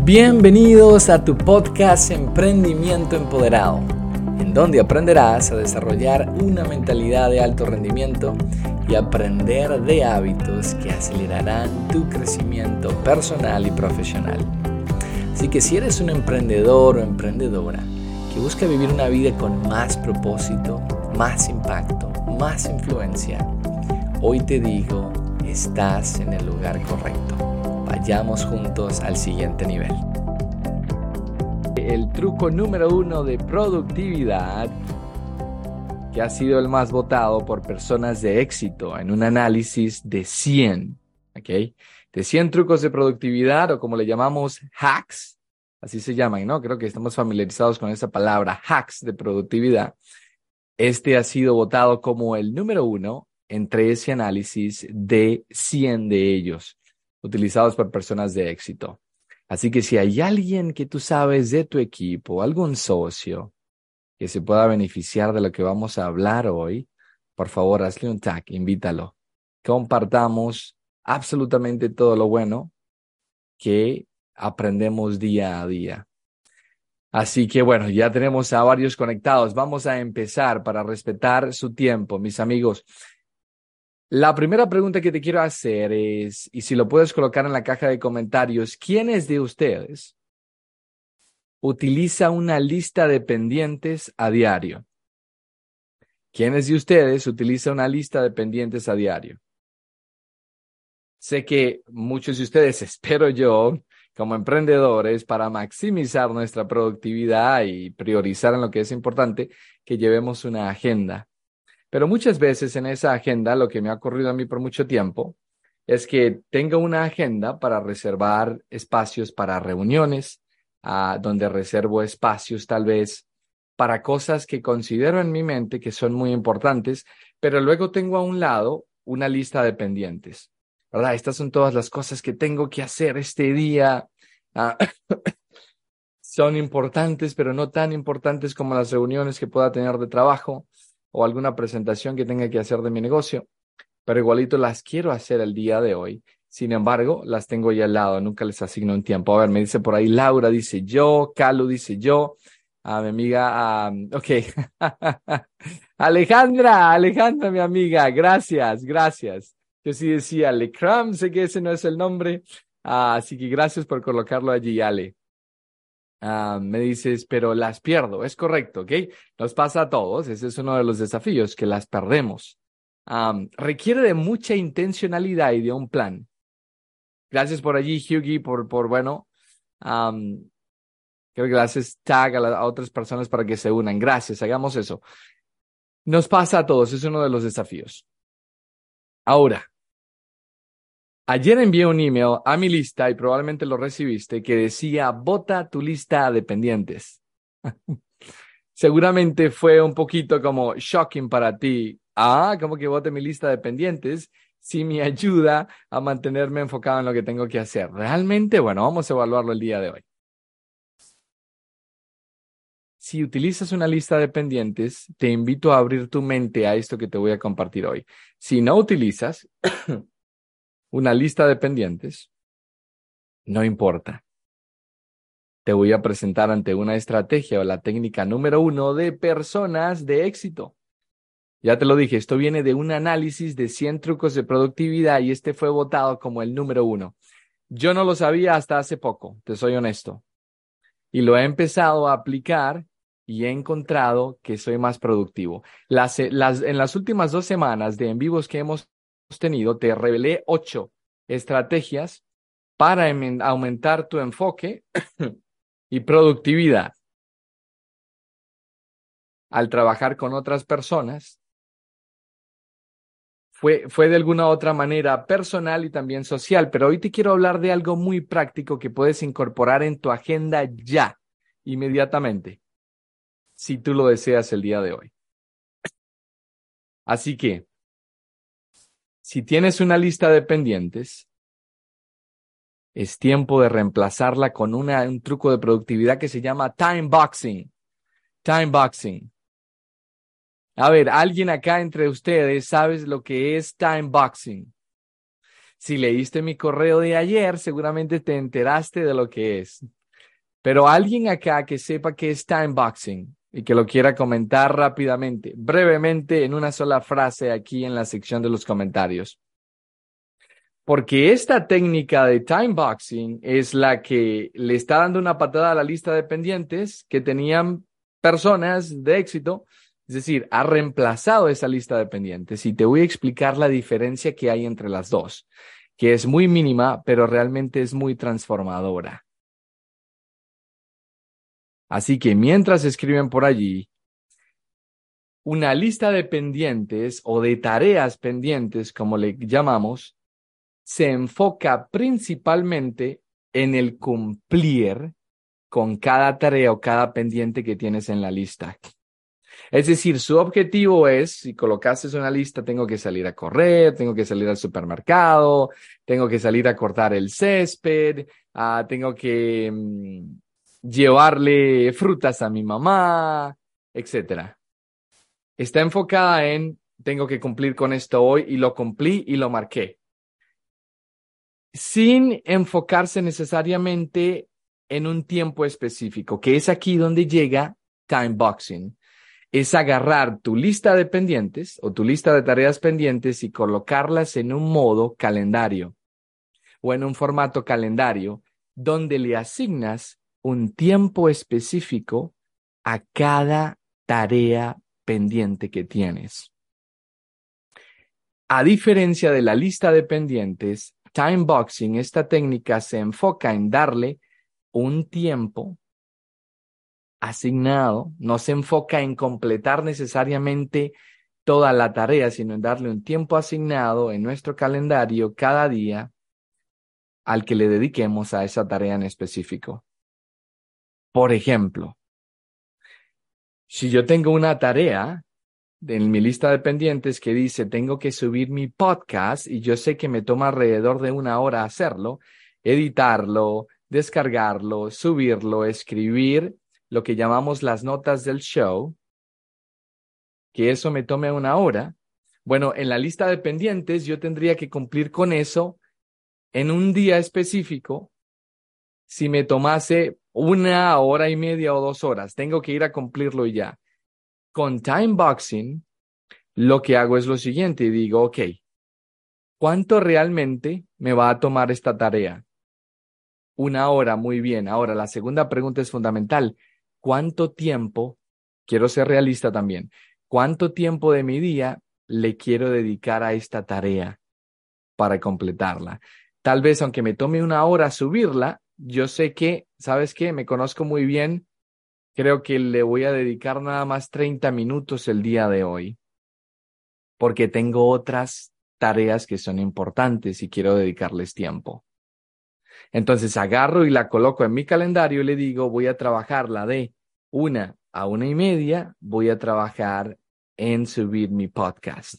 Bienvenidos a tu podcast Emprendimiento Empoderado, en donde aprenderás a desarrollar una mentalidad de alto rendimiento y aprender de hábitos que acelerarán tu crecimiento personal y profesional. Así que si eres un emprendedor o emprendedora que busca vivir una vida con más propósito, más impacto, más influencia, hoy te digo, estás en el lugar correcto. Vayamos juntos al siguiente nivel. El truco número 1 de productividad, que ha sido el más votado por personas de éxito en un análisis de 100, ¿ok? De 100 trucos de productividad, o como le llamamos hacks, así se llaman, ¿no? Creo que estamos familiarizados con esa palabra, hacks de productividad. Este ha sido votado como el número 1 entre ese análisis de 100 de ellos, utilizados por personas de éxito. Así que si hay alguien que tú sabes de tu equipo, algún socio que se pueda beneficiar de lo que vamos a hablar hoy, por favor, hazle un tag, invítalo. Compartamos absolutamente todo lo bueno que aprendemos día a día. Así que bueno, ya tenemos a varios conectados. Vamos a empezar para respetar su tiempo, mis amigos. La primera pregunta que te quiero hacer es, y si lo puedes colocar en la caja de comentarios, ¿quiénes de ustedes utiliza una lista de pendientes a diario? ¿Quiénes de ustedes utiliza una lista de pendientes a diario? Sé que muchos de ustedes, espero yo, como emprendedores, para maximizar nuestra productividad y priorizar en lo que es importante, que llevemos una agenda. Pero muchas veces en esa agenda, lo que me ha ocurrido a mí por mucho tiempo, es que tengo una agenda para reservar espacios para reuniones, donde reservo espacios tal vez para cosas que considero en mi mente que son muy importantes, pero luego tengo a un lado una lista de pendientes, ¿verdad? Estas son todas las cosas que tengo que hacer este día. Son importantes, pero no tan importantes como las reuniones que pueda tener de trabajo o alguna presentación que tenga que hacer de mi negocio, pero igualito las quiero hacer el día de hoy. Sin embargo, las tengo ya al lado, nunca les asigno un tiempo. A ver, me dice por ahí Laura, dice yo, Calu dice yo, a mi amiga, ok. Alejandra, mi amiga, gracias. Yo sí decía Lecram, sé que ese no es el nombre, así que gracias por colocarlo allí, Ale. Me dices, pero las pierdo. Es correcto, ¿ok? Nos pasa a todos. Ese es uno de los desafíos, que las perdemos. Requiere de mucha intencionalidad y de un plan. Gracias por allí, Hughie, bueno, creo que le haces tag a otras personas para que se unan. Gracias, hagamos eso. Nos pasa a todos, es uno de los desafíos. Ahora, ayer envié un email a mi lista y probablemente lo recibiste que decía, vota tu lista de pendientes. Seguramente fue un poquito como shocking para ti. ¿Cómo que vote mi lista de pendientes? Si me ayuda a mantenerme enfocado en lo que tengo que hacer. Realmente, bueno, vamos a evaluarlo el día de hoy. Si utilizas una lista de pendientes, te invito a abrir tu mente a esto que te voy a compartir hoy. Si no utilizas una lista de pendientes, no importa. Te voy a presentar ante una estrategia o la técnica número 1 de personas de éxito. Ya te lo dije, esto viene de un análisis de 100 trucos de productividad y este fue votado como el número 1. Yo no lo sabía hasta hace poco, te soy honesto. Y lo he empezado a aplicar y he encontrado que soy más productivo. En las últimas 2 semanas de en vivos que hemos tenido, te revelé 8 estrategias para aumentar tu enfoque y productividad al trabajar con otras personas. Fue de alguna u otra manera personal y también social, pero hoy te quiero hablar de algo muy práctico que puedes incorporar en tu agenda ya, inmediatamente, si tú lo deseas el día de hoy. Así que, si tienes una lista de pendientes, es tiempo de reemplazarla con un truco de productividad que se llama time boxing. Time boxing. A ver, ¿alguien acá entre ustedes sabe lo que es time boxing? Si leíste mi correo de ayer, seguramente te enteraste de lo que es. Pero alguien acá que sepa qué es timeboxing y que lo quiera comentar rápidamente, brevemente, en una sola frase aquí en la sección de los comentarios. Porque esta técnica de timeboxing es la que le está dando una patada a la lista de pendientes que tenían personas de éxito. Es decir, ha reemplazado esa lista de pendientes y te voy a explicar la diferencia que hay entre las dos, que es muy mínima, pero realmente es muy transformadora. Así que mientras escriben por allí, una lista de pendientes o de tareas pendientes, como le llamamos, se enfoca principalmente en el cumplir con cada tarea o cada pendiente que tienes en la lista. Es decir, su objetivo es, si colocaste una lista, tengo que salir a correr, tengo que salir al supermercado, tengo que salir a cortar el césped, tengo que llevarle frutas a mi mamá, etcétera. Está enfocada en, tengo que cumplir con esto hoy y lo cumplí y lo marqué, sin enfocarse necesariamente en un tiempo específico, que es aquí donde llega timeboxing. Es agarrar tu lista de pendientes o tu lista de tareas pendientes y colocarlas en un modo calendario o en un formato calendario donde le asignas un tiempo específico a cada tarea pendiente que tienes. A diferencia de la lista de pendientes, timeboxing, esta técnica se enfoca en darle un tiempo asignado, no se enfoca en completar necesariamente toda la tarea, sino en darle un tiempo asignado en nuestro calendario cada día al que le dediquemos a esa tarea en específico. Por ejemplo, si yo tengo una tarea en mi lista de pendientes que dice tengo que subir mi podcast y yo sé que me toma alrededor de 1 hora hacerlo, editarlo, descargarlo, subirlo, escribir lo que llamamos las notas del show, que eso me tome 1 hora. Bueno, en la lista de pendientes yo tendría que cumplir con eso en un día específico. Si me tomase 1 hora y media o 2 horas, tengo que ir a cumplirlo ya. Con timeboxing, lo que hago es lo siguiente y digo, ok, ¿cuánto realmente me va a tomar esta tarea? 1 hora, muy bien. Ahora, la segunda pregunta es fundamental. ¿Cuánto tiempo, quiero ser realista también, cuánto tiempo de mi día le quiero dedicar a esta tarea para completarla? Tal vez, aunque me tome 1 hora subirla, yo sé que, ¿sabes qué? Me conozco muy bien. Creo que le voy a dedicar nada más 30 minutos el día de hoy, porque tengo otras tareas que son importantes y quiero dedicarles tiempo. Entonces agarro y la coloco en mi calendario y le digo, voy a trabajarla de 1 a 1:30, voy a trabajar en subir mi podcast.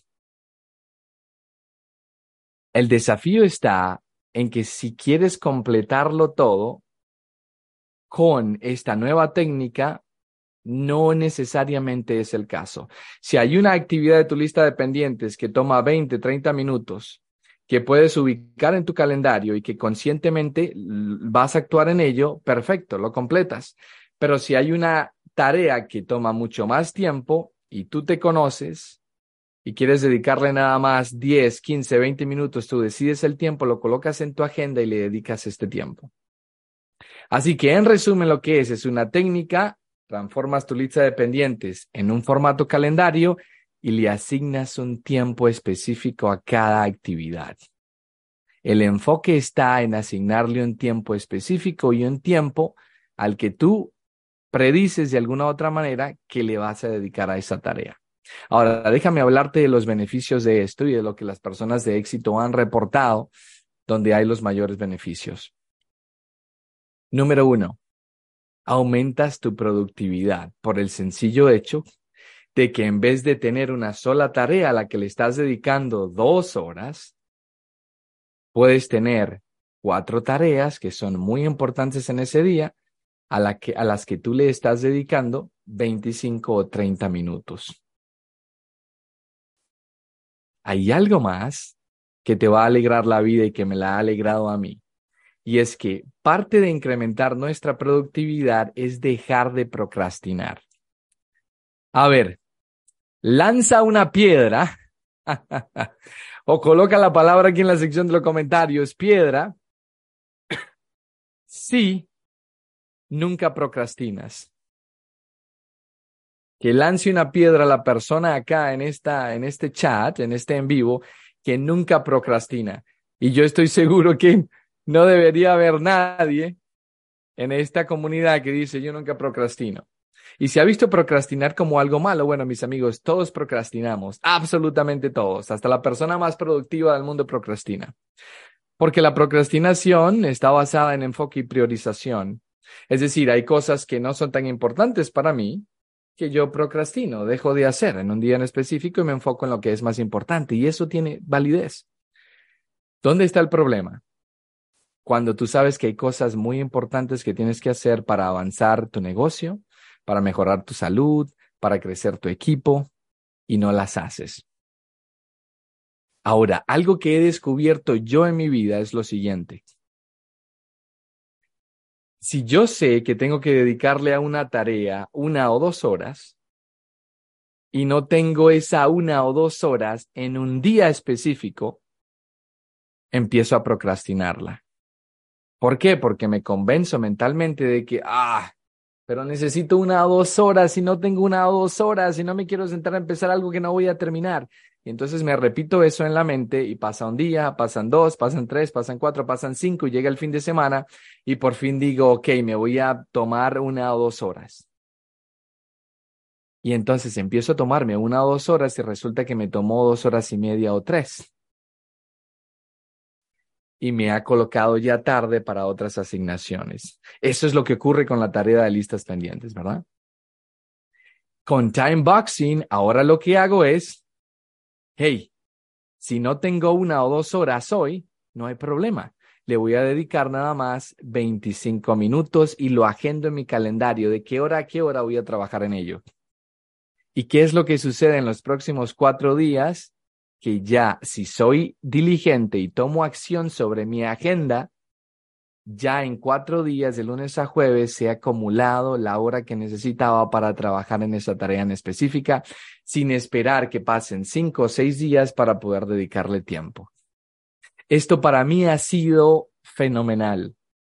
El desafío está en que si quieres completarlo todo con esta nueva técnica, no necesariamente es el caso. Si hay una actividad de tu lista de pendientes que toma 20, 30 minutos, que puedes ubicar en tu calendario y que conscientemente vas a actuar en ello, perfecto, lo completas. Pero si hay una tarea que toma mucho más tiempo y tú te conoces y quieres dedicarle nada más 10, 15, 20 minutos, tú decides el tiempo, lo colocas en tu agenda y le dedicas este tiempo. Así que en resumen lo que es una técnica. Transformas tu lista de pendientes en un formato calendario y le asignas un tiempo específico a cada actividad. El enfoque está en asignarle un tiempo específico y un tiempo al que tú predices de alguna otra manera que le vas a dedicar a esa tarea. Ahora, déjame hablarte de los beneficios de esto y de lo que las personas de éxito han reportado, donde hay los mayores beneficios. Número 1. Aumentas tu productividad por el sencillo hecho de que en vez de tener una sola tarea a la que le estás dedicando 2 horas, puedes tener 4 tareas que son muy importantes en ese día, a las que tú le estás dedicando 25 o 30 minutos. Hay algo más que te va a alegrar la vida y que me la ha alegrado a mí. Y es que parte de incrementar nuestra productividad es dejar de procrastinar. A ver, lanza una piedra o coloca la palabra aquí en la sección de los comentarios, piedra, si nunca procrastinas. Que lance una piedra a la persona acá en este chat, en este en vivo, que nunca procrastina. Y yo estoy seguro que no debería haber nadie en esta comunidad que dice yo nunca procrastino. Y se ha visto procrastinar como algo malo. Bueno, mis amigos, todos procrastinamos, absolutamente todos. Hasta la persona más productiva del mundo procrastina. Porque la procrastinación está basada en enfoque y priorización. Es decir, hay cosas que no son tan importantes para mí que yo procrastino, dejo de hacer en un día en específico y me enfoco en lo que es más importante. Y eso tiene validez. ¿Dónde está el problema? Cuando tú sabes que hay cosas muy importantes que tienes que hacer para avanzar tu negocio, para mejorar tu salud, para crecer tu equipo y no las haces. Ahora, algo que he descubierto yo en mi vida es lo siguiente. Si yo sé que tengo que dedicarle a una tarea 1 o 2 horas y no tengo esa 1 o 2 horas en un día específico, empiezo a procrastinarla. ¿Por qué? Porque me convenzo mentalmente de que, pero necesito 1 o 2 horas y no tengo 1 o 2 horas y no me quiero sentar a empezar algo que no voy a terminar. Y entonces me repito eso en la mente y pasa un día, pasan 2, pasan 3, pasan 4, pasan 5 y llega el fin de semana y por fin digo, ok, me voy a tomar 1 o 2 horas. Y entonces empiezo a tomarme 1 o 2 horas y resulta que me tomó 2 horas y media o 3. Y me ha colocado ya tarde para otras asignaciones. Eso es lo que ocurre con la tarea de listas pendientes, ¿verdad? Con time boxing, ahora lo que hago es, hey, si no tengo 1 o 2 horas hoy, no hay problema. Le voy a dedicar nada más 25 minutos y lo agendo en mi calendario de qué hora a qué hora voy a trabajar en ello. ¿Y qué es lo que sucede en los próximos 4 días? Que ya si soy diligente y tomo acción sobre mi agenda, ya en 4 días, de lunes a jueves, se ha acumulado la hora que necesitaba para trabajar en esa tarea en específica, sin esperar que pasen 5 o 6 días para poder dedicarle tiempo. Esto para mí ha sido fenomenal.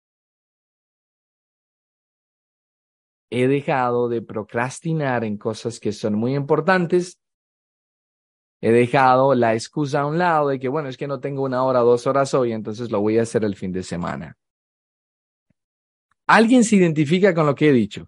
He dejado de procrastinar en cosas que son muy importantes. He dejado la excusa a un lado de que, bueno, es que no tengo 1 hora o 2 horas hoy, entonces lo voy a hacer el fin de semana. ¿Alguien se identifica con lo que he dicho?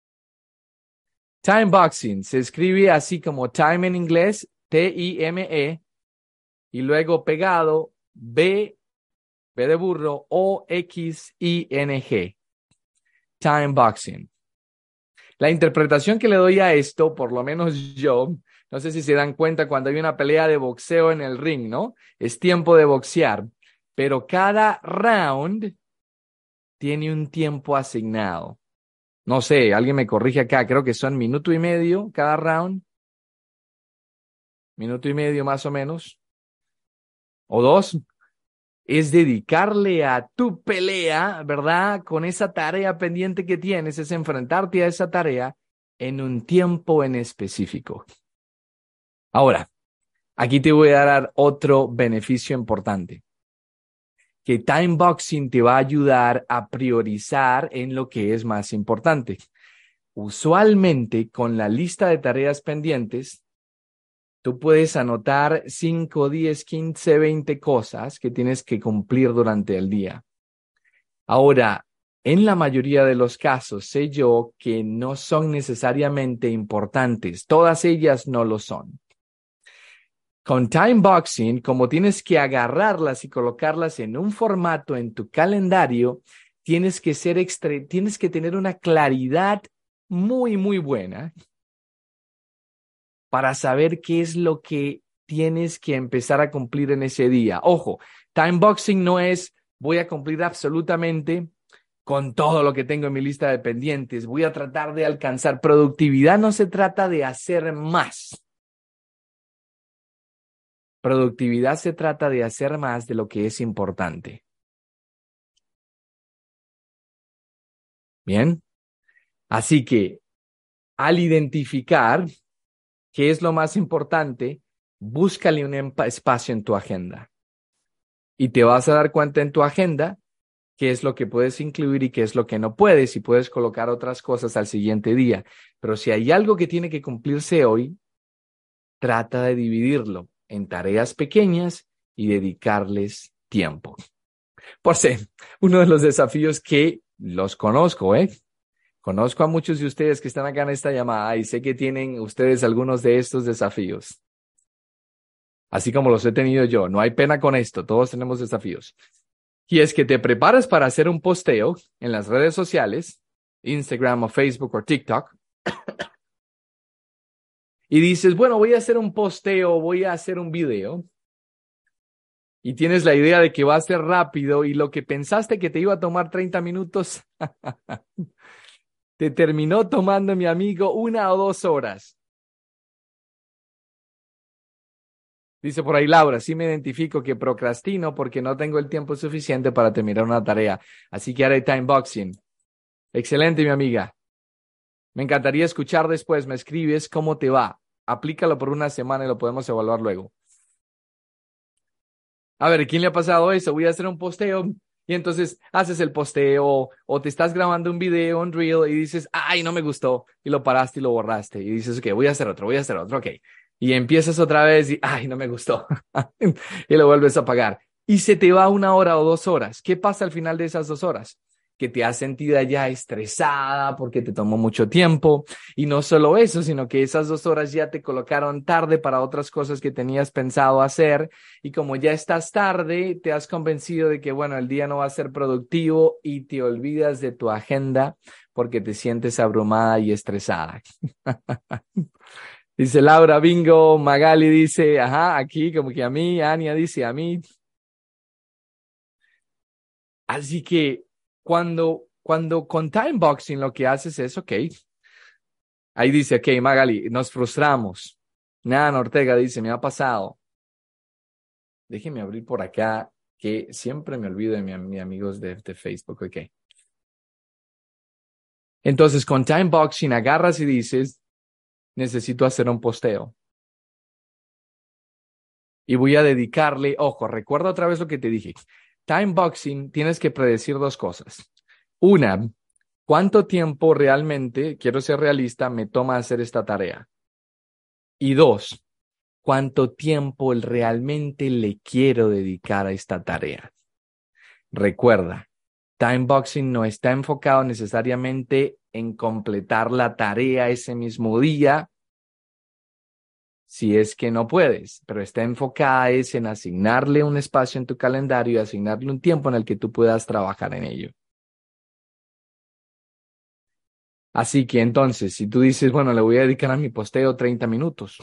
Time boxing se escribe así como time en inglés, T-I-M-E, y luego pegado B de burro, O-X-I-N-G. Time boxing. La interpretación que le doy a esto, por lo menos yo, no sé si se dan cuenta cuando hay una pelea de boxeo en el ring, ¿no? Es tiempo de boxear, pero cada round tiene un tiempo asignado. No sé, alguien me corrige acá, creo que son 1.5 minutos cada round. 1.5 minutos más o menos. O 2. Es dedicarle a tu pelea, ¿verdad? Con esa tarea pendiente que tienes, es enfrentarte a esa tarea en un tiempo en específico. Ahora, aquí te voy a dar otro beneficio importante. Que time boxing te va a ayudar a priorizar en lo que es más importante. Usualmente, con la lista de tareas pendientes, tú puedes anotar 5, 10, 15, 20 cosas que tienes que cumplir durante el día. Ahora, en la mayoría de los casos, sé yo que no son necesariamente importantes. Todas ellas no lo son. Con time boxing, como tienes que agarrarlas y colocarlas en un formato en tu calendario, tienes que tener una claridad muy, muy buena para saber qué es lo que tienes que empezar a cumplir en ese día. Ojo, time boxing no es voy a cumplir absolutamente con todo lo que tengo en mi lista de pendientes. Voy a tratar de alcanzar productividad. No se trata de hacer más. Productividad se trata de hacer más de lo que es importante. Bien. Así que al identificar qué es lo más importante, búscale un espacio en tu agenda. Y te vas a dar cuenta en tu agenda qué es lo que puedes incluir y qué es lo que no puedes, y puedes colocar otras cosas al siguiente día. Pero si hay algo que tiene que cumplirse hoy, trata de dividirlo en tareas pequeñas y dedicarles tiempo. Por ser uno de los desafíos que los conozco, Conozco a muchos de ustedes que están acá en esta llamada y sé que tienen ustedes algunos de estos desafíos, así como los he tenido yo. No hay pena con esto, todos tenemos desafíos. Y es que te preparas para hacer un posteo en las redes sociales, Instagram o Facebook o TikTok, y dices, bueno, voy a hacer un posteo, voy a hacer un video, y tienes la idea de que va a ser rápido y lo que pensaste que te iba a tomar 30 minutos, te terminó tomando, mi amigo, 1 o 2 horas. Dice por ahí Laura, sí me identifico que procrastino porque no tengo el tiempo suficiente para terminar una tarea, así que haré time boxing. Excelente, mi amiga. Me encantaría escuchar después, me escribes cómo te va. Aplícalo por una semana y lo podemos evaluar luego. A ver, ¿quién le ha pasado eso? Voy a hacer un posteo y entonces haces el posteo o te estás grabando un video, un reel y dices, ay, no me gustó y lo paraste y lo borraste y dices, ok, voy a hacer otro, ok. Y empiezas otra vez y, ay, no me gustó y lo vuelves a apagar. Y se te va 1 hora o 2 horas. ¿Qué pasa al final de esas 2 horas? Que te has sentido ya estresada porque te tomó mucho tiempo. Y no solo eso, sino que esas 2 horas ya te colocaron tarde para otras cosas que tenías pensado hacer. Y como ya estás tarde, te has convencido de que, bueno, el día no va a ser productivo y te olvidas de tu agenda porque te sientes abrumada y estresada. Dice Laura, bingo. Magali dice, ajá, aquí como que a mí. Ania dice a mí. Así que cuando con time boxing lo que haces es, ok, ahí dice, ok, Magali, nos frustramos. Nada, Ortega dice, me ha pasado. Déjeme abrir por acá, que siempre me olvido de mis amigos de Facebook, ok. Entonces, con time boxing agarras y dices, necesito hacer un posteo. Y voy a dedicarle, ojo, recuerda otra vez lo que te dije. Time boxing, tienes que predecir 2 cosas. Una, ¿cuánto tiempo realmente, quiero ser realista, me toma hacer esta tarea? Y 2, ¿cuánto tiempo realmente le quiero dedicar a esta tarea? Recuerda, time boxing no está enfocado necesariamente en completar la tarea ese mismo día, si es que no puedes, pero está enfocada es en asignarle un espacio en tu calendario y asignarle un tiempo en el que tú puedas trabajar en ello. Así que entonces, si tú dices, bueno, le voy a dedicar a mi posteo 30 minutos,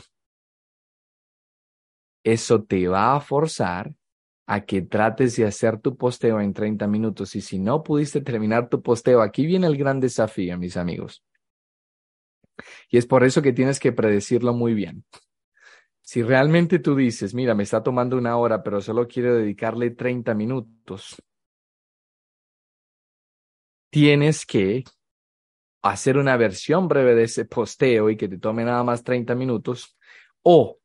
eso te va a forzar a que trates de hacer tu posteo en 30 minutos. Y si no pudiste terminar tu posteo, aquí viene el gran desafío, mis amigos. Y es por eso que tienes que predecirlo muy bien. Si realmente tú dices, mira, me está tomando 1 hora, pero solo quiero dedicarle 30 minutos, tienes que hacer una versión breve de ese posteo y que te tome nada más 30 minutos, o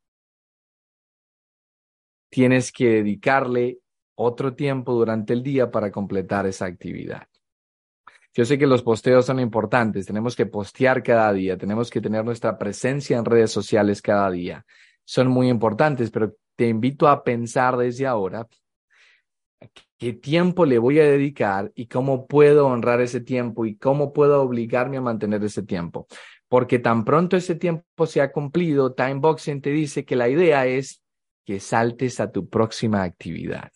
tienes que dedicarle otro tiempo durante el día para completar esa actividad. Yo sé que los posteos son importantes, tenemos que postear cada día, tenemos que tener nuestra presencia en redes sociales cada día. Son muy importantes, pero te invito a pensar desde ahora qué tiempo le voy a dedicar y cómo puedo honrar ese tiempo y cómo puedo obligarme a mantener ese tiempo. Porque tan pronto ese tiempo se ha cumplido, Timeboxing te dice que la idea es que saltes a tu próxima actividad.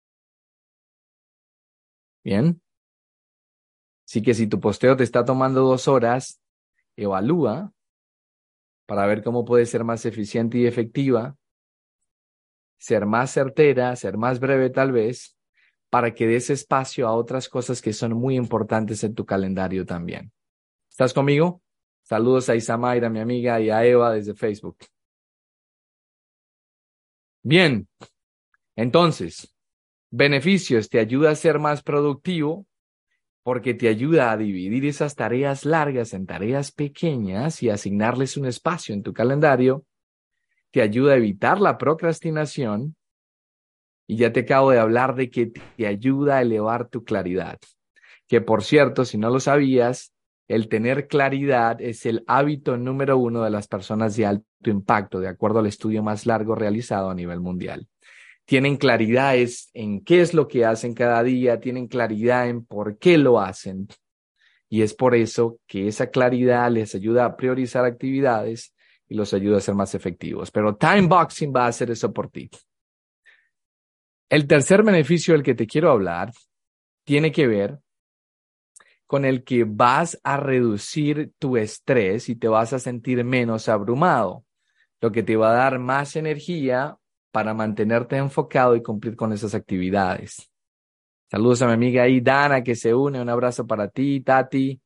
¿Bien? Así que si tu posteo te está tomando 2 horas, evalúa para ver cómo puedes ser más eficiente y efectiva, ser más certera, ser más breve tal vez, para que des espacio a otras cosas que son muy importantes en tu calendario también. ¿Estás conmigo? Saludos a Isamaira, mi amiga, y a Eva desde Facebook. Bien, entonces, beneficios, te ayuda a ser más productivo, porque te ayuda a dividir esas tareas largas en tareas pequeñas y asignarles un espacio en tu calendario. Te ayuda a evitar la procrastinación. Y ya te acabo de hablar de que te ayuda a elevar tu claridad. Que por cierto, si no lo sabías, el tener claridad es el hábito número 1 de las personas de alto impacto, de acuerdo al estudio más largo realizado a nivel mundial. Tienen claridad en qué es lo que hacen cada día, tienen claridad en por qué lo hacen. Y es por eso que esa claridad les ayuda a priorizar actividades y los ayuda a ser más efectivos. Pero Timeboxing va a hacer eso por ti. El tercer beneficio del que te quiero hablar tiene que ver con el que vas a reducir tu estrés y te vas a sentir menos abrumado, lo que te va a dar más energía para mantenerte enfocado y cumplir con esas actividades. Saludos a mi amiga ahí, Dana, que se une. Un abrazo para ti, Tati.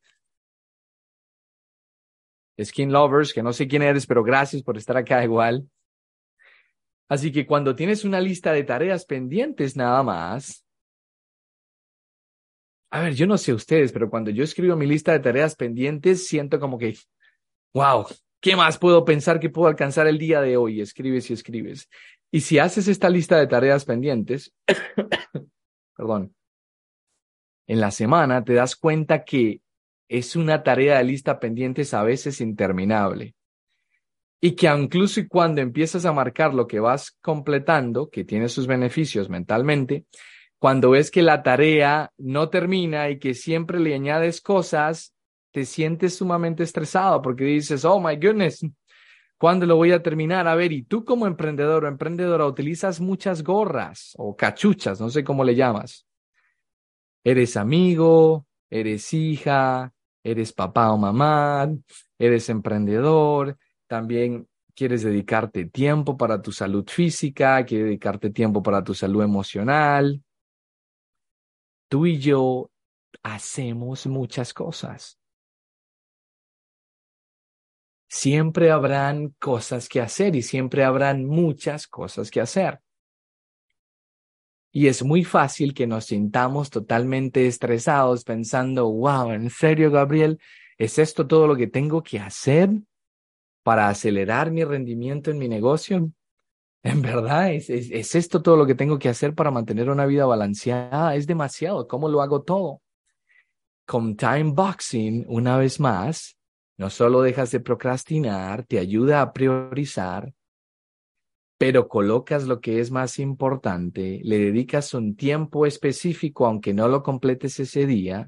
Skin Lovers, que no sé quién eres, pero gracias por estar acá igual. Así que cuando tienes una lista de tareas pendientes nada más, a ver, yo no sé ustedes, pero cuando yo escribo mi lista de tareas pendientes, siento como que, wow, ¿qué más puedo pensar que puedo alcanzar el día de hoy? Escribes y escribes. Y si haces esta lista de tareas pendientes, perdón, en la semana te das cuenta que es una tarea de lista pendientes a veces interminable. Y que incluso y cuando empiezas a marcar lo que vas completando, que tiene sus beneficios mentalmente, cuando ves que la tarea no termina y que siempre le añades cosas, te sientes sumamente estresado porque dices, oh my goodness, ¿cuándo lo voy a terminar? A ver, y tú como emprendedor o emprendedora utilizas muchas gorras o cachuchas, no sé cómo le llamas. Eres amigo, eres hija, eres papá o mamá, eres emprendedor, también quieres dedicarte tiempo para tu salud física, quieres dedicarte tiempo para tu salud emocional. Tú y yo hacemos muchas cosas. Siempre habrán cosas que hacer y siempre habrán muchas cosas que hacer. Y es muy fácil que nos sintamos totalmente estresados pensando, wow, ¿en serio, Gabriel? ¿Es esto todo lo que tengo que hacer para acelerar mi rendimiento en mi negocio? ¿En verdad? ¿Es esto todo lo que tengo que hacer para mantener una vida balanceada? Es demasiado. ¿Cómo lo hago todo? Con Timeboxing, una vez más, no solo dejas de procrastinar, te ayuda a priorizar, pero colocas lo que es más importante, le dedicas un tiempo específico, aunque no lo completes ese día,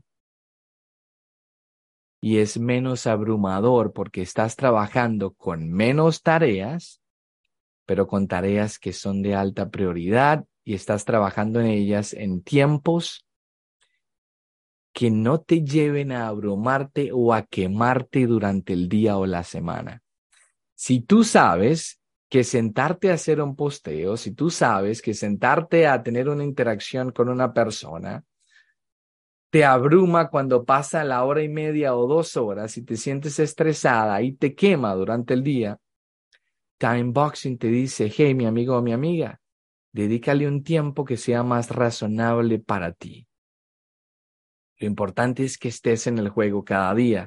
y es menos abrumador porque estás trabajando con menos tareas, pero con tareas que son de alta prioridad y estás trabajando en ellas en tiempos que no te lleven a abrumarte o a quemarte durante el día o la semana. Si tú sabes que sentarte a hacer un posteo, si tú sabes que sentarte a tener una interacción con una persona, te abruma cuando pasa la hora y media o 2 horas y te sientes estresada y te quema durante el día, Timeboxing te dice, hey, mi amigo o mi amiga, dedícale un tiempo que sea más razonable para ti. Lo importante es que estés en el juego cada día.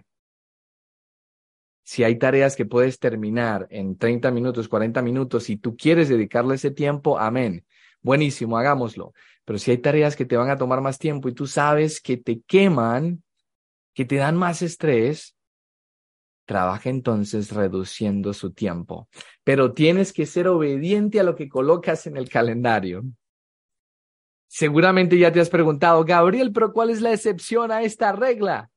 Si hay tareas que puedes terminar en 30 minutos, 40 minutos, y tú quieres dedicarle ese tiempo, amén. Buenísimo, hagámoslo. Pero si hay tareas que te van a tomar más tiempo y tú sabes que te queman, que te dan más estrés, trabaja entonces reduciendo su tiempo. Pero tienes que ser obediente a lo que colocas en el calendario. Seguramente ya te has preguntado, Gabriel, pero ¿cuál es la excepción a esta regla?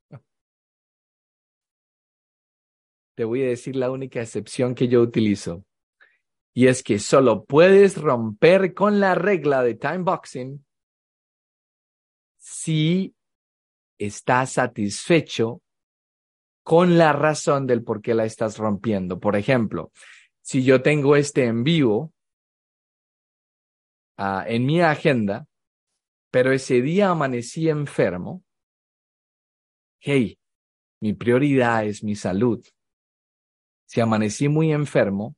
Te voy a decir la única excepción que yo utilizo. Y es que solo puedes romper con la regla de Timeboxing si estás satisfecho con la razón del por qué la estás rompiendo. Por ejemplo, si yo tengo este en vivo en mi agenda, pero ese día amanecí enfermo, hey, mi prioridad es mi salud. Si amanecí muy enfermo,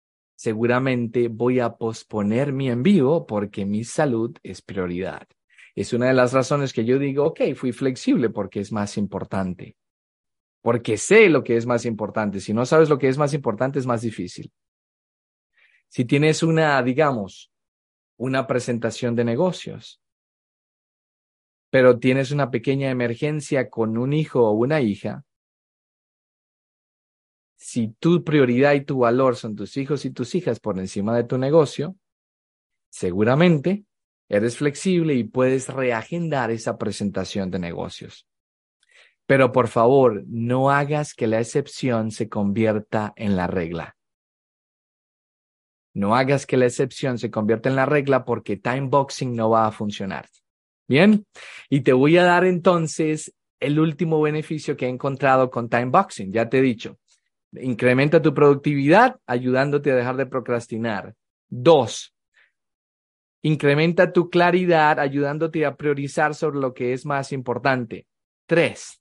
seguramente voy a posponer mi en vivo porque mi salud es prioridad. Es una de las razones que yo digo, ok, fui flexible porque es más importante. Porque sé lo que es más importante. Si no sabes lo que es más importante, es más difícil. Si tienes digamos, una presentación de negocios, pero tienes una pequeña emergencia con un hijo o una hija, si tu prioridad y tu valor son tus hijos y tus hijas por encima de tu negocio, seguramente eres flexible y puedes reagendar esa presentación de negocios. Pero por favor, no hagas que la excepción se convierta en la regla. No hagas que la excepción se convierta en la regla porque time boxing no va a funcionar. Bien, y te voy a dar entonces el último beneficio que he encontrado con time boxing. Ya te he dicho, incrementa tu productividad ayudándote a dejar de procrastinar. 2, incrementa tu claridad ayudándote a priorizar sobre lo que es más importante. 3,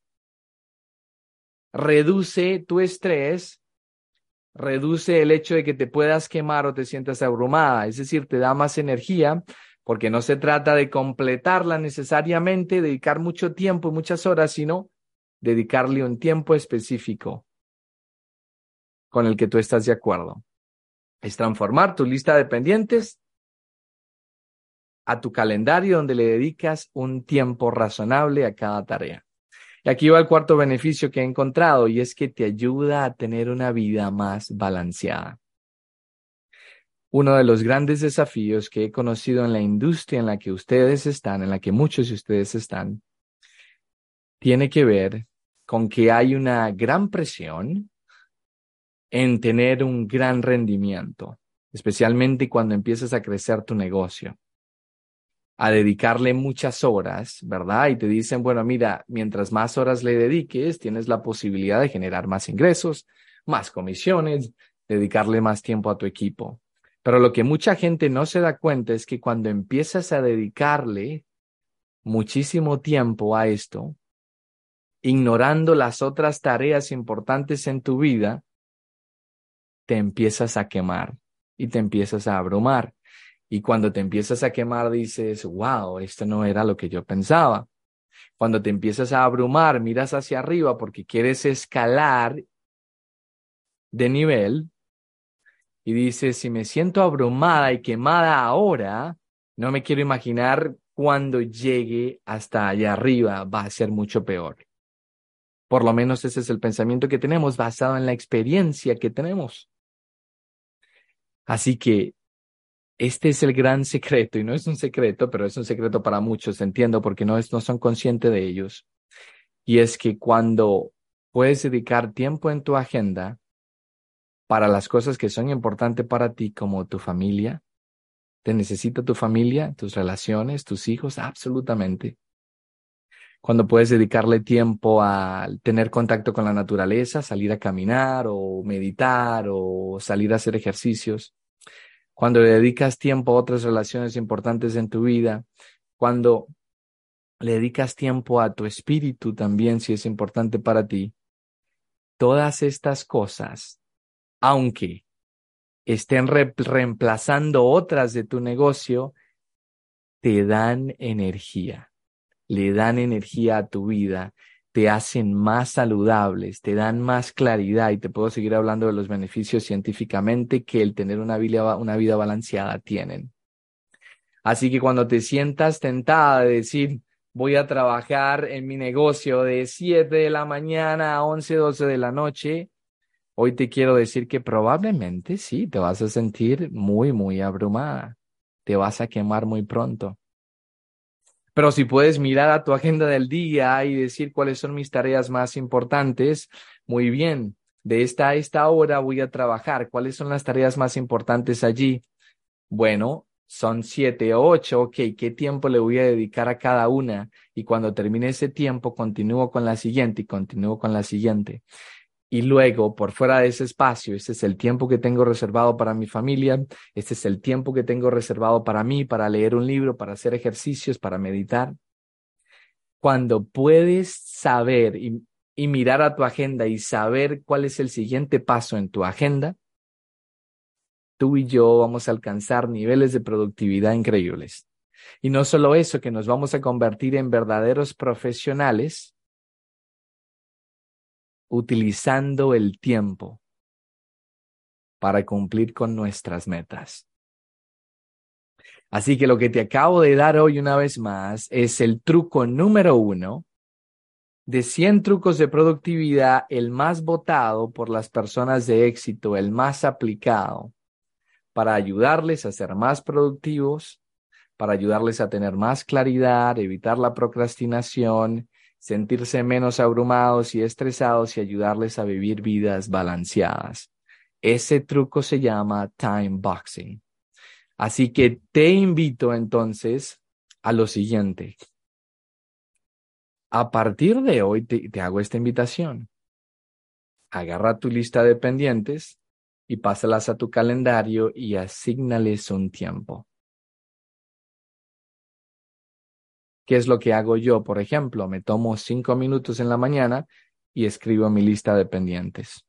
reduce tu estrés, reduce el hecho de que te puedas quemar o te sientas abrumada, es decir, te da más energía porque no se trata de completarla necesariamente, dedicar mucho tiempo y muchas horas, sino dedicarle un tiempo específico con el que tú estás de acuerdo. Es transformar tu lista de pendientes a tu calendario donde le dedicas un tiempo razonable a cada tarea. Y aquí va el cuarto beneficio que he encontrado y es que te ayuda a tener una vida más balanceada. Uno de los grandes desafíos que he conocido en la industria en la que ustedes están, en la que muchos de ustedes están, tiene que ver con que hay una gran presión en tener un gran rendimiento, especialmente cuando empiezas a crecer tu negocio, a dedicarle muchas horas, ¿verdad? Y te dicen, bueno, mira, mientras más horas le dediques, tienes la posibilidad de generar más ingresos, más comisiones, dedicarle más tiempo a tu equipo. Pero lo que mucha gente no se da cuenta es que cuando empiezas a dedicarle muchísimo tiempo a esto, ignorando las otras tareas importantes en tu vida, te empiezas a quemar y te empiezas a abrumar. Y cuando te empiezas a quemar dices, wow, esto no era lo que yo pensaba. Cuando te empiezas a abrumar, miras hacia arriba porque quieres escalar de nivel y dices, si me siento abrumada y quemada ahora, no me quiero imaginar cuando llegue hasta allá arriba, va a ser mucho peor. Por lo menos ese es el pensamiento que tenemos basado en la experiencia que tenemos. Así que este es el gran secreto, y no es un secreto, pero es un secreto para muchos, entiendo, porque no son conscientes de ellos. Y es que cuando puedes dedicar tiempo en tu agenda para las cosas que son importantes para ti, como tu familia, te necesita tu familia, tus relaciones, tus hijos, absolutamente. Cuando puedes dedicarle tiempo a tener contacto con la naturaleza, salir a caminar o meditar o salir a hacer ejercicios. Cuando le dedicas tiempo a otras relaciones importantes en tu vida, cuando le dedicas tiempo a tu espíritu también, si es importante para ti, todas estas cosas, aunque estén reemplazando otras de tu negocio, te dan energía, le dan energía a tu vida, te hacen más saludables, te dan más claridad y te puedo seguir hablando de los beneficios científicamente que el tener una vida balanceada tienen. Así que cuando te sientas tentada de decir, voy a trabajar en mi negocio de 7 de la mañana a 11, 12 de la noche, hoy te quiero decir que probablemente sí, te vas a sentir muy, muy abrumada. Te vas a quemar muy pronto. Pero si puedes mirar a tu agenda del día y decir cuáles son mis tareas más importantes, muy bien. De esta a esta hora voy a trabajar. ¿Cuáles son las tareas más importantes allí? Bueno, son 7 o 8, ok, ¿qué tiempo le voy a dedicar a cada una? Y cuando termine ese tiempo, continúo con la siguiente y continúo con la siguiente. Y luego, por fuera de ese espacio, este es el tiempo que tengo reservado para mi familia, este es el tiempo que tengo reservado para mí, para leer un libro, para hacer ejercicios, para meditar. Cuando puedes saber y mirar a tu agenda y saber cuál es el siguiente paso en tu agenda, tú y yo vamos a alcanzar niveles de productividad increíbles. Y no solo eso, que nos vamos a convertir en verdaderos profesionales utilizando el tiempo para cumplir con nuestras metas. Así que lo que te acabo de dar hoy una vez más es el truco número 1 de 100 trucos de productividad, el más votado por las personas de éxito, el más aplicado para ayudarles a ser más productivos, para ayudarles a tener más claridad, evitar la procrastinación, sentirse menos abrumados y estresados y ayudarles a vivir vidas balanceadas. Ese truco se llama time boxing. Así que te invito entonces a lo siguiente. A partir de hoy te hago esta invitación. Agarra tu lista de pendientes y pásalas a tu calendario y asígnales un tiempo. ¿Qué es lo que hago yo? Por ejemplo, me tomo 5 minutos en la mañana y escribo mi lista de pendientes.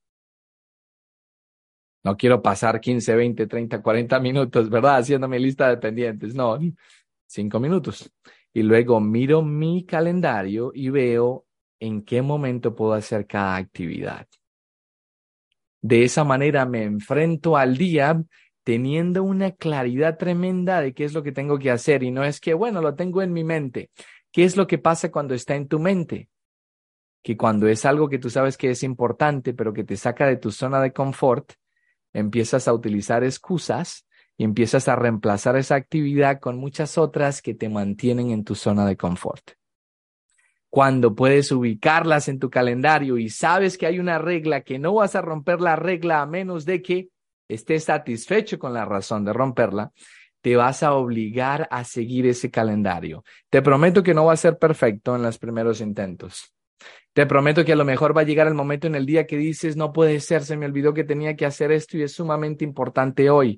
No quiero pasar 15, 20, 30, 40 minutos, ¿verdad? Haciendo mi lista de pendientes. No, 5 minutos. Y luego miro mi calendario y veo en qué momento puedo hacer cada actividad. De esa manera me enfrento al día teniendo una claridad tremenda de qué es lo que tengo que hacer. Y no es que, bueno, lo tengo en mi mente. ¿Qué es lo que pasa cuando está en tu mente? Que cuando es algo que tú sabes que es importante, pero que te saca de tu zona de confort, empiezas a utilizar excusas y empiezas a reemplazar esa actividad con muchas otras que te mantienen en tu zona de confort. Cuando puedes ubicarlas en tu calendario y sabes que hay una regla, que no vas a romper la regla a menos de que estés satisfecho con la razón de romperla, te vas a obligar a seguir ese calendario. Te prometo que no va a ser perfecto en los primeros intentos. Te prometo que a lo mejor va a llegar el momento en el día que dices, no puede ser, se me olvidó que tenía que hacer esto y es sumamente importante hoy.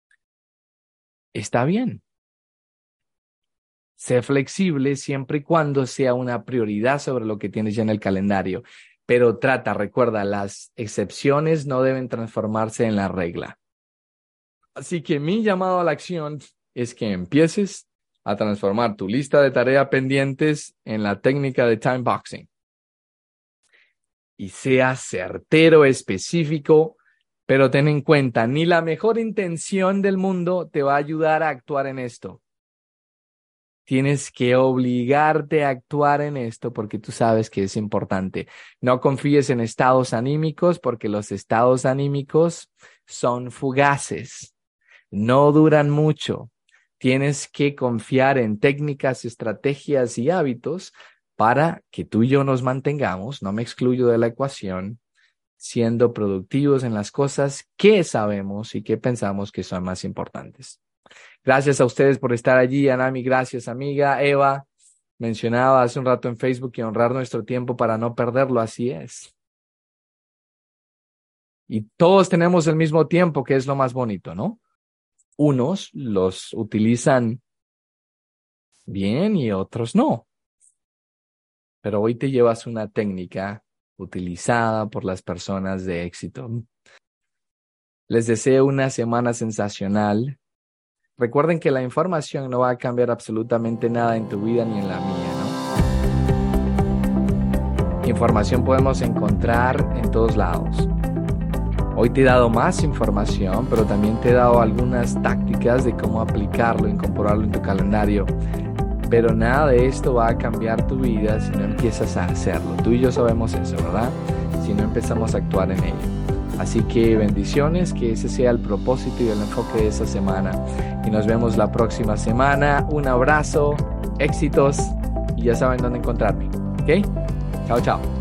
Está bien. Sé flexible siempre y cuando sea una prioridad sobre lo que tienes ya en el calendario. Pero recuerda, las excepciones no deben transformarse en la regla. Así que mi llamado a la acción es que empieces a transformar tu lista de tareas pendientes en la técnica de time boxing. Y sea certero, específico, pero ten en cuenta, ni la mejor intención del mundo te va a ayudar a actuar en esto. Tienes que obligarte a actuar en esto porque tú sabes que es importante. No confíes en estados anímicos porque los estados anímicos son fugaces, no duran mucho. Tienes que confiar en técnicas, estrategias y hábitos para que tú y yo nos mantengamos, no me excluyo de la ecuación, siendo productivos en las cosas que sabemos y que pensamos que son más importantes. Gracias a ustedes por estar allí, Anami, gracias, amiga. Eva mencionaba hace un rato en Facebook que honrar nuestro tiempo para no perderlo, así es. Y todos tenemos el mismo tiempo, que es lo más bonito, ¿no? Unos los utilizan bien y otros no. Pero hoy te llevas una técnica utilizada por las personas de éxito. Les deseo una semana sensacional. Recuerden que la información no va a cambiar absolutamente nada en tu vida ni en la mía, ¿no? Información podemos encontrar en todos lados. Hoy te he dado más información, pero también te he dado algunas tácticas de cómo aplicarlo, incorporarlo en tu calendario. Pero nada de esto va a cambiar tu vida si no empiezas a hacerlo. Tú y yo sabemos eso, ¿verdad? Si no empezamos a actuar en ello. Así que bendiciones, que ese sea el propósito y el enfoque de esa semana. Y nos vemos la próxima semana. Un abrazo, éxitos y ya saben dónde encontrarme. ¿Ok? Chao, chao.